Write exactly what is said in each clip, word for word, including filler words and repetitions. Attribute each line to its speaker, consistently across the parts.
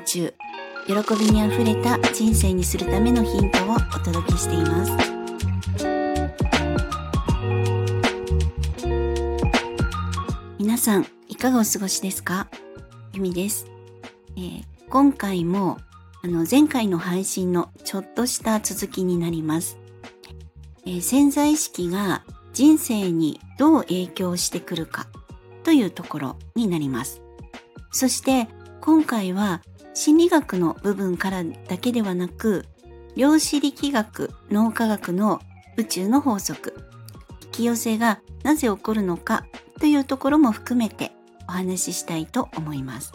Speaker 1: 宙、喜びにあふれた人生にするためのヒントをお届けしています。皆さんいかがお過ごしですか？ゆみです。えー、今回もあの前回の配信のちょっとした続きになります。えー、潜在意識が人生にどう影響してくるかというところになります。そして今回は心理学の部分からだけではなく、量子力学、脳科学の宇宙の法則、引き寄せがなぜ起こるのかというところも含めてお話ししたいと思います。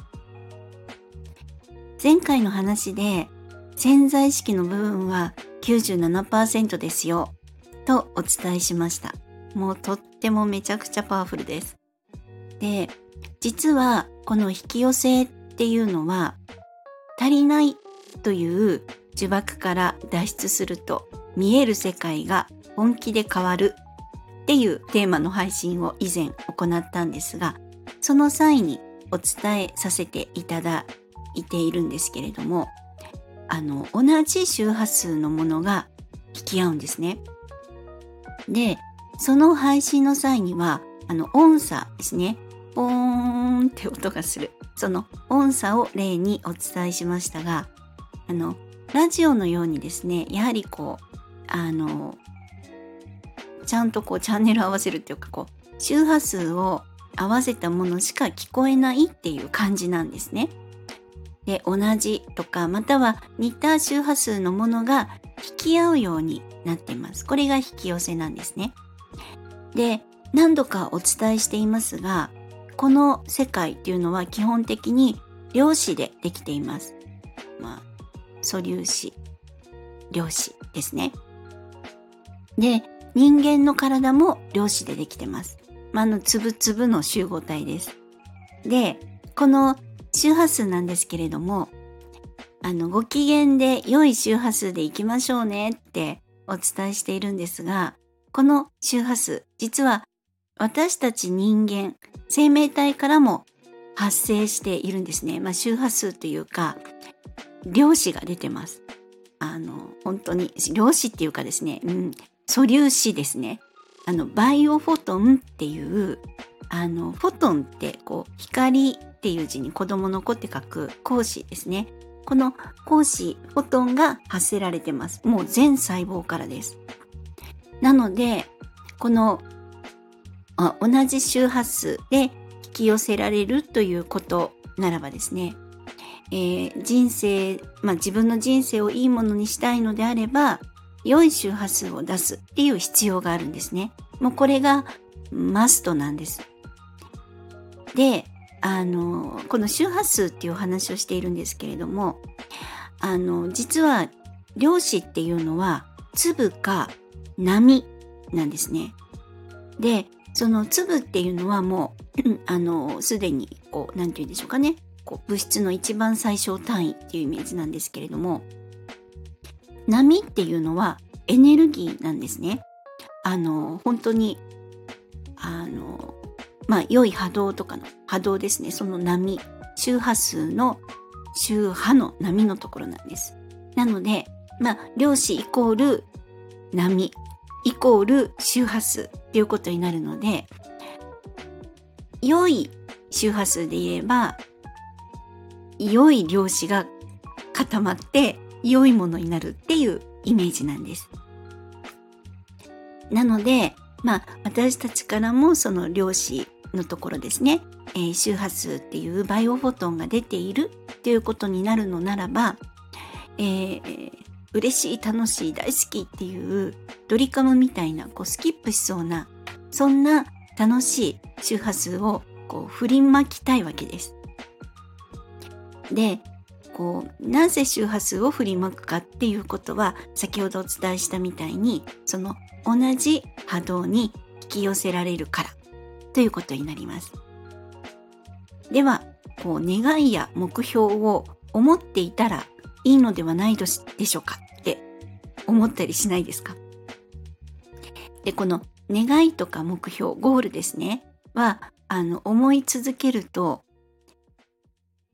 Speaker 1: 前回の話で潜在意識の部分は きゅうじゅうななパーセント ですよとお伝えしました。もうとってもめちゃくちゃパワフルです。で、実はこの引き寄せっていうのは足りないという呪縛から脱出すると見える世界が本気で変わるっていうテーマの配信を以前行ったんですが、その際にお伝えさせていただいているんですけれども、あの同じ周波数のものが引き合うんですね。で、その配信の際にはあの音差ですね、ポーンって音がする、その音差を例にお伝えしましたが、あのラジオのようにですね、やはりこうあのちゃんとこうチャンネル合わせるっていうか、こう周波数を合わせたものしか聞こえないっていう感じなんですね。で、同じとかまたは似た周波数のものが引き合うようになっています。これが引き寄せなんですね。で、何度かお伝えしていますが、この世界っていうのは基本的に量子でできています。まあ、素粒子、量子ですね。で、人間の体も量子でできてます。まあ、あの、つぶつぶの集合体です。で、この周波数なんですけれども、あの、ご機嫌で良い周波数でいきましょうねってお伝えしているんですが、この周波数、実は私たち人間、生命体からも発生しているんですね。まあ、周波数というか、量子が出てます。あの、本当に、量子っていうかですね、うん、素粒子ですね。あの、バイオフォトンっていう、あの、フォトンってこう、光っていう字に子供の子って書く光子ですね。この光子、フォトンが発せられてます。もう全細胞からです。なので、このあ同じ周波数で引き寄せられるということならばですね、えー、人生、まあ、自分の人生をいいものにしたいのであれば、良い周波数を出すっていう必要があるんですね。もうこれがマストなんです。で、あの、この周波数っていうお話をしているんですけれども、あの、実は量子っていうのは粒か波なんですね。で、その粒っていうのはもう、あの、すでに、こう、なんて言うんでしょうかね。こう物質の一番最小単位っていうイメージなんですけれども、波っていうのはエネルギーなんですね。あの、本当に、あの、まあ、良い波動とかの波動ですね。その波、周波数の周波の波のところなんです。なので、まあ、量子イコール波、イコール周波数っていうことになるので、良い周波数で言えば良い量子が固まって良いものになるっていうイメージなんです。なので、まあ私たちからもその量子のところですね、えー、周波数っていうバイオフォトンが出ているっていうことになるのならば、えー嬉しい、楽しい、大好きっていうドリカムみたいなこうスキップしそうな、そんな楽しい周波数をこう振りまきたいわけです。で、こうなぜ周波数を振りまくかっていうことは、先ほどお伝えしたみたいに、その同じ波動に引き寄せられるからということになります。では、こう願いや目標を思っていたらいいのではないでしょうかって思ったりしないですか？で、この願いとか目標、ゴールですね、は、あの、思い続けると、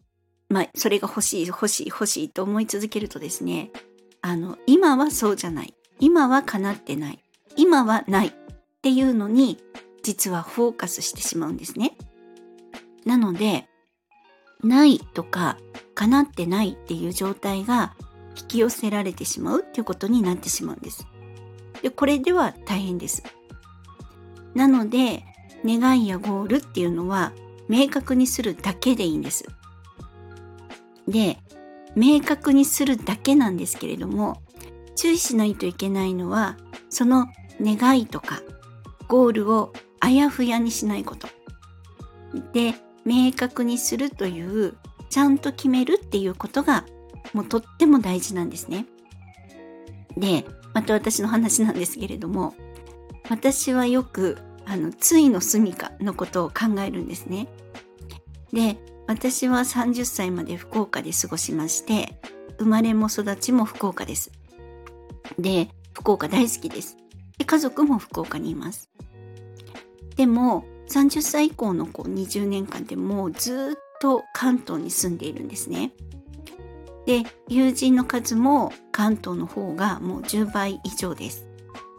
Speaker 1: まあ、それが欲しい欲しい欲しいと思い続けるとですね、あの今はそうじゃない、今は叶ってない、今はないっていうのに実はフォーカスしてしまうんですね。なので、ないとか叶ってないっていう状態が引き寄せられてしまうっていうことになってしまうんです。で、これでは大変です。なので、願いやゴールっていうのは明確にするだけでいいんです。で、明確にするだけなんですけれども、注意しないといけないのは、その願いとかゴールをあやふやにしないこと。で、明確にするという、ちゃんと決めるっていうことがもうとっても大事なんですね。で、また私の話なんですけれども、私はよくあの対の住処のことを考えるんですね。で、私はさんじゅっさいまで福岡で過ごしまして、生まれも育ちも福岡です。で、福岡大好きです。で、家族も福岡にいます。でもさんじゅっさい以降のこうにじゅうねんかんでもうずっと関東に住んでいるんですね。で、友人の数も関東の方がもうじゅうばい以上です。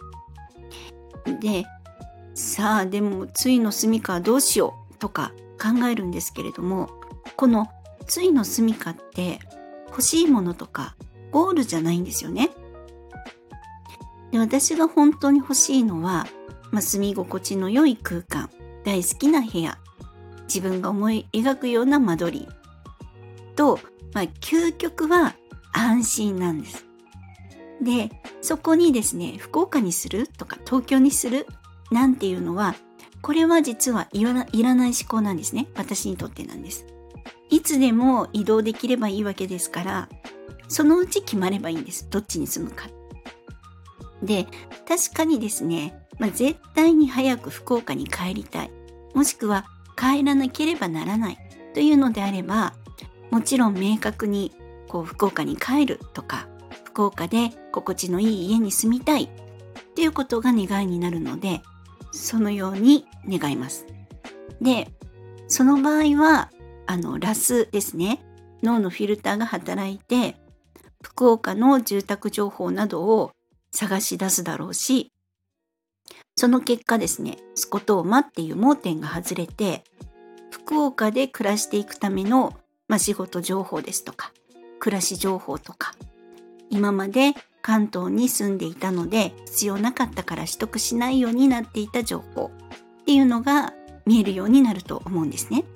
Speaker 1: で、さあでも対の住処はどうしようとか考えるんですけれども、この対の住処って欲しいものとかゴールじゃないんですよね。で、私が本当に欲しいのは、まあ、住み心地の良い空間、大好きな部屋、自分が思い描くような間取りと、まあ、究極は安心なんです。で、そこにですね、福岡にするとか東京にするなんていうのは、これは実はいらな、いらない思考なんですね。私にとってなんです。いつでも移動できればいいわけですから、そのうち決まればいいんです。どっちに住むか。で、確かにですね、まあ、絶対に早く福岡に帰りたい。もしくは帰らなければならないというのであれば、もちろん明確にこう福岡に帰るとか、福岡で心地のいい家に住みたいっていうことが願いになるので、そのように願います。で、その場合は、あの、ラスですね。脳のフィルターが働いて、福岡の住宅情報などを探し出すだろうし、その結果ですね、スコトーマっていう盲点が外れて、福岡で暮らしていくための、まあ、仕事情報ですとか、暮らし情報とか、今まで関東に住んでいたので必要なかったから取得しないようになっていた情報っていうのが見えるようになると思うんですね。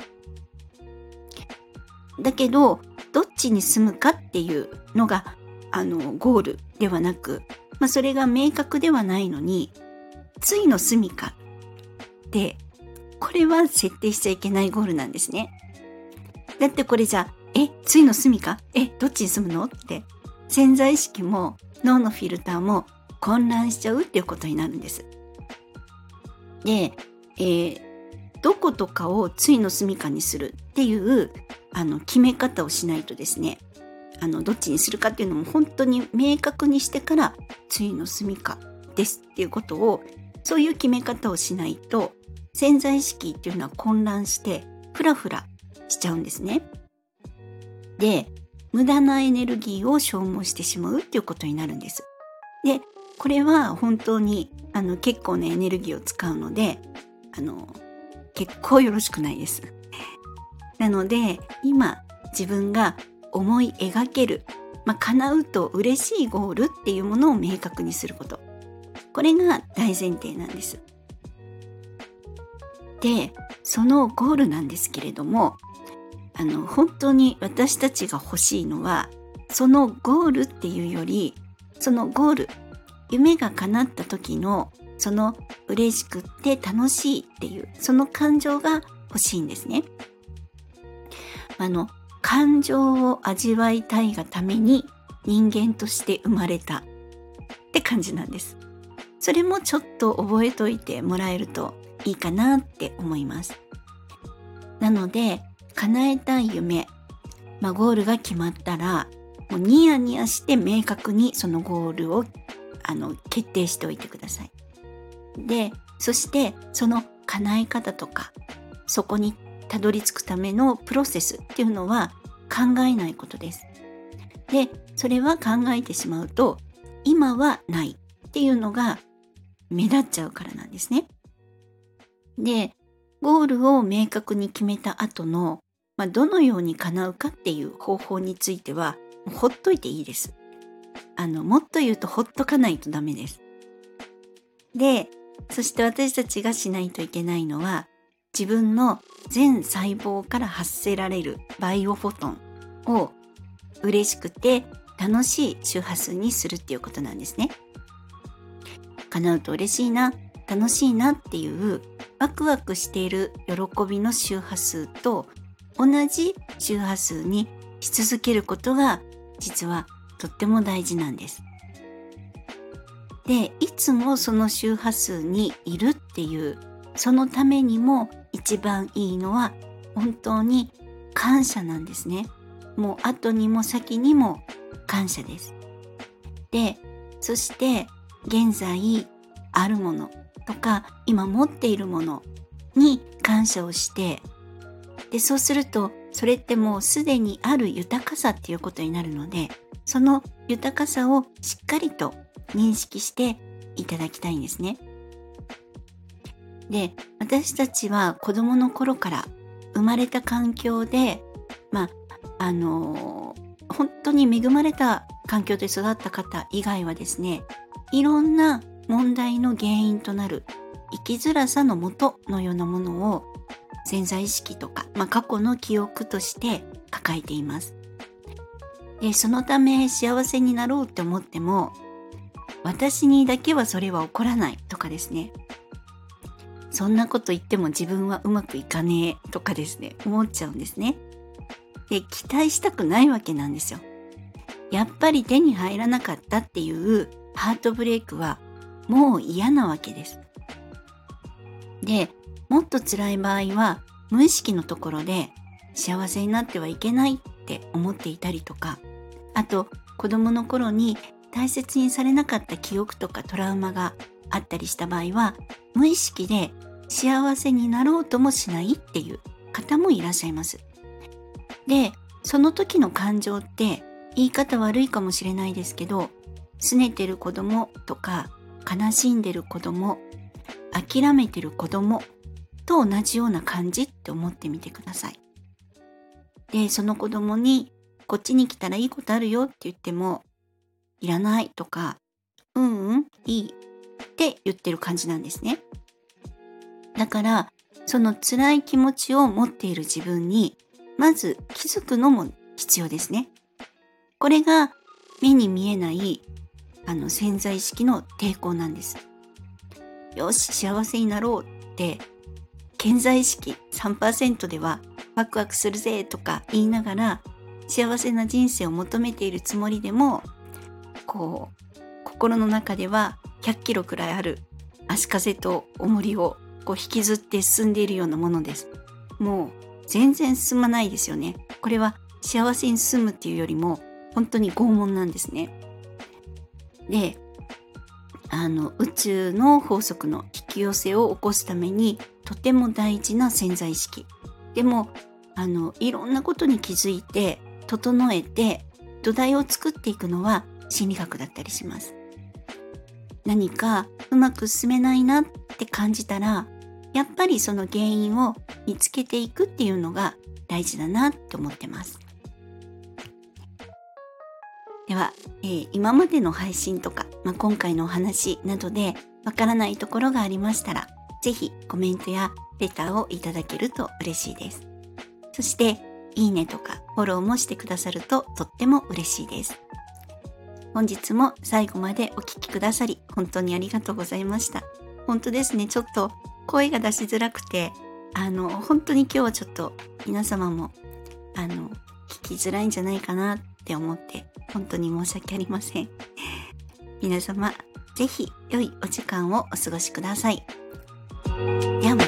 Speaker 1: だけど、どっちに住むかっていうのがあのゴールではなく、まあ、それが明確ではないのに、対の住処ってこれは設定しちゃいけないゴールなんですね。だってこれじゃ、え、対の住処？え、どっちに住むの？って潜在意識も脳のフィルターも混乱しちゃうっていうことになるんです。で、えー、どことかを対の住処にするっていうあの決め方をしないとですね、あのどっちにするかっていうのも本当に明確にしてから対の住処ですっていうことを、そういう決め方をしないと潜在意識っていうのは混乱してフラフラしちゃうんですね。で、無駄なエネルギーを消耗してしまうっていうことになるんです。で、これは本当にあの結構なエネルギーを使うので、あの結構よろしくないです。なので、今自分が思い描ける、まあ、叶うと嬉しいゴールっていうものを明確にすること。これが大前提なんです。で、そのゴールなんですけれども、あの本当に私たちが欲しいのは、そのゴールっていうより、そのゴール、夢が叶った時のその嬉しくって楽しいっていうその感情が欲しいんですね。あの感情を味わいたいがために人間として生まれたって感じなんです。それもちょっと覚えといてもらえるといいかなって思います。なので、叶えたい夢、まあ、ゴールが決まったら、もうニヤニヤして明確にそのゴールをあの決定しておいてください。で、そしてその叶え方とか、そこにたどり着くためのプロセスっていうのは、 考えないことです。で、それは考えてしまうと、今はないっていうのが目立っちゃうからなんですね。で、ゴールを明確に決めた後の、まあ、どのように叶うかっていう方法については、ほっといていいです。あの、もっと言うとほっとかないとダメです。で、そして私たちがしないといけないのは、自分の全細胞から発せられるバイオフォトンを嬉しくて楽しい周波数にするっていうことなんですね。叶うと嬉しいな、楽しいなっていうワクワクしている喜びの周波数と同じ周波数にし続けることが実はとっても大事なんです。で、いつもその周波数にいるっていうそのためにも一番いいのは本当に感謝なんですね。もう後にも先にも感謝です。で、そして現在あるものとか今持っているものに感謝をして、で、そうするとそれってもうすでにある豊かさっていうことになるので、その豊かさをしっかりと認識していただきたいんですね。で、私たちは子供の頃から生まれた環境で、まあ、あのー、本当に恵まれた環境で育った方以外はですね、いろんな問題の原因となる生きづらさの元のようなものを潜在意識とか、まあ、過去の記憶として抱えています。で、そのため幸せになろうって思っても、私にだけはそれは起こらないとかですね、そんなこと言っても自分はうまくいかねえとかですね、思っちゃうんですね。で、期待したくないわけなんですよ。やっぱり手に入らなかったっていうハートブレイクはもう嫌なわけです。で、もっと辛い場合は無意識のところで幸せになってはいけないって思っていたりとか、あと子供の頃に大切にされなかった記憶とかトラウマがあったりした場合は、無意識で幸せになろうともしないっていう方もいらっしゃいます。で、その時の感情って言い方悪いかもしれないですけど、拗ねてる子供とか悲しんでる子供、諦めてる子供と同じような感じって思ってみてください。で、その子供にこっちに来たらいいことあるよって言っても、いらないとか、うんうんいいって言ってる感じなんですね。だから、その辛い気持ちを持っている自分にまず気づくのも必要ですね。これが目に見えないあの潜在意識の抵抗なんです。よし、幸せになろうって潜在意識 さんパーセント ではワクワクするぜとか言いながら幸せな人生を求めているつもりでも、こう心の中ではひゃっキロくらいある足かせと重りをこう引きずって進んでいるようなものです。もう全然進まないですよね。これは幸せに進むっていうよりも本当に拷問なんですね。で、あの宇宙の法則の引き寄せを起こすためにとても大事な潜在意識。でもあのいろんなことに気づいて整えて土台を作っていくのは心理学だったりします。何かうまく進めないなって感じたら、やっぱりその原因を見つけていくっていうのが大事だなって思ってます。では、えー、今までの配信とか、まあ、今回のお話などでわからないところがありましたら、ぜひコメントやレターをいただけると嬉しいです。そして、いいねとかフォローもしてくださるととっても嬉しいです。本日も最後までお聞きくださり、本当にありがとうございました。本当ですね、ちょっと声が出しづらくて、あの、本当に今日はちょっと皆様も、あの、聞きづらいんじゃないかなって思って、本当に申し訳ありません。皆様、ぜひ良いお時間をお過ごしください。ではまた。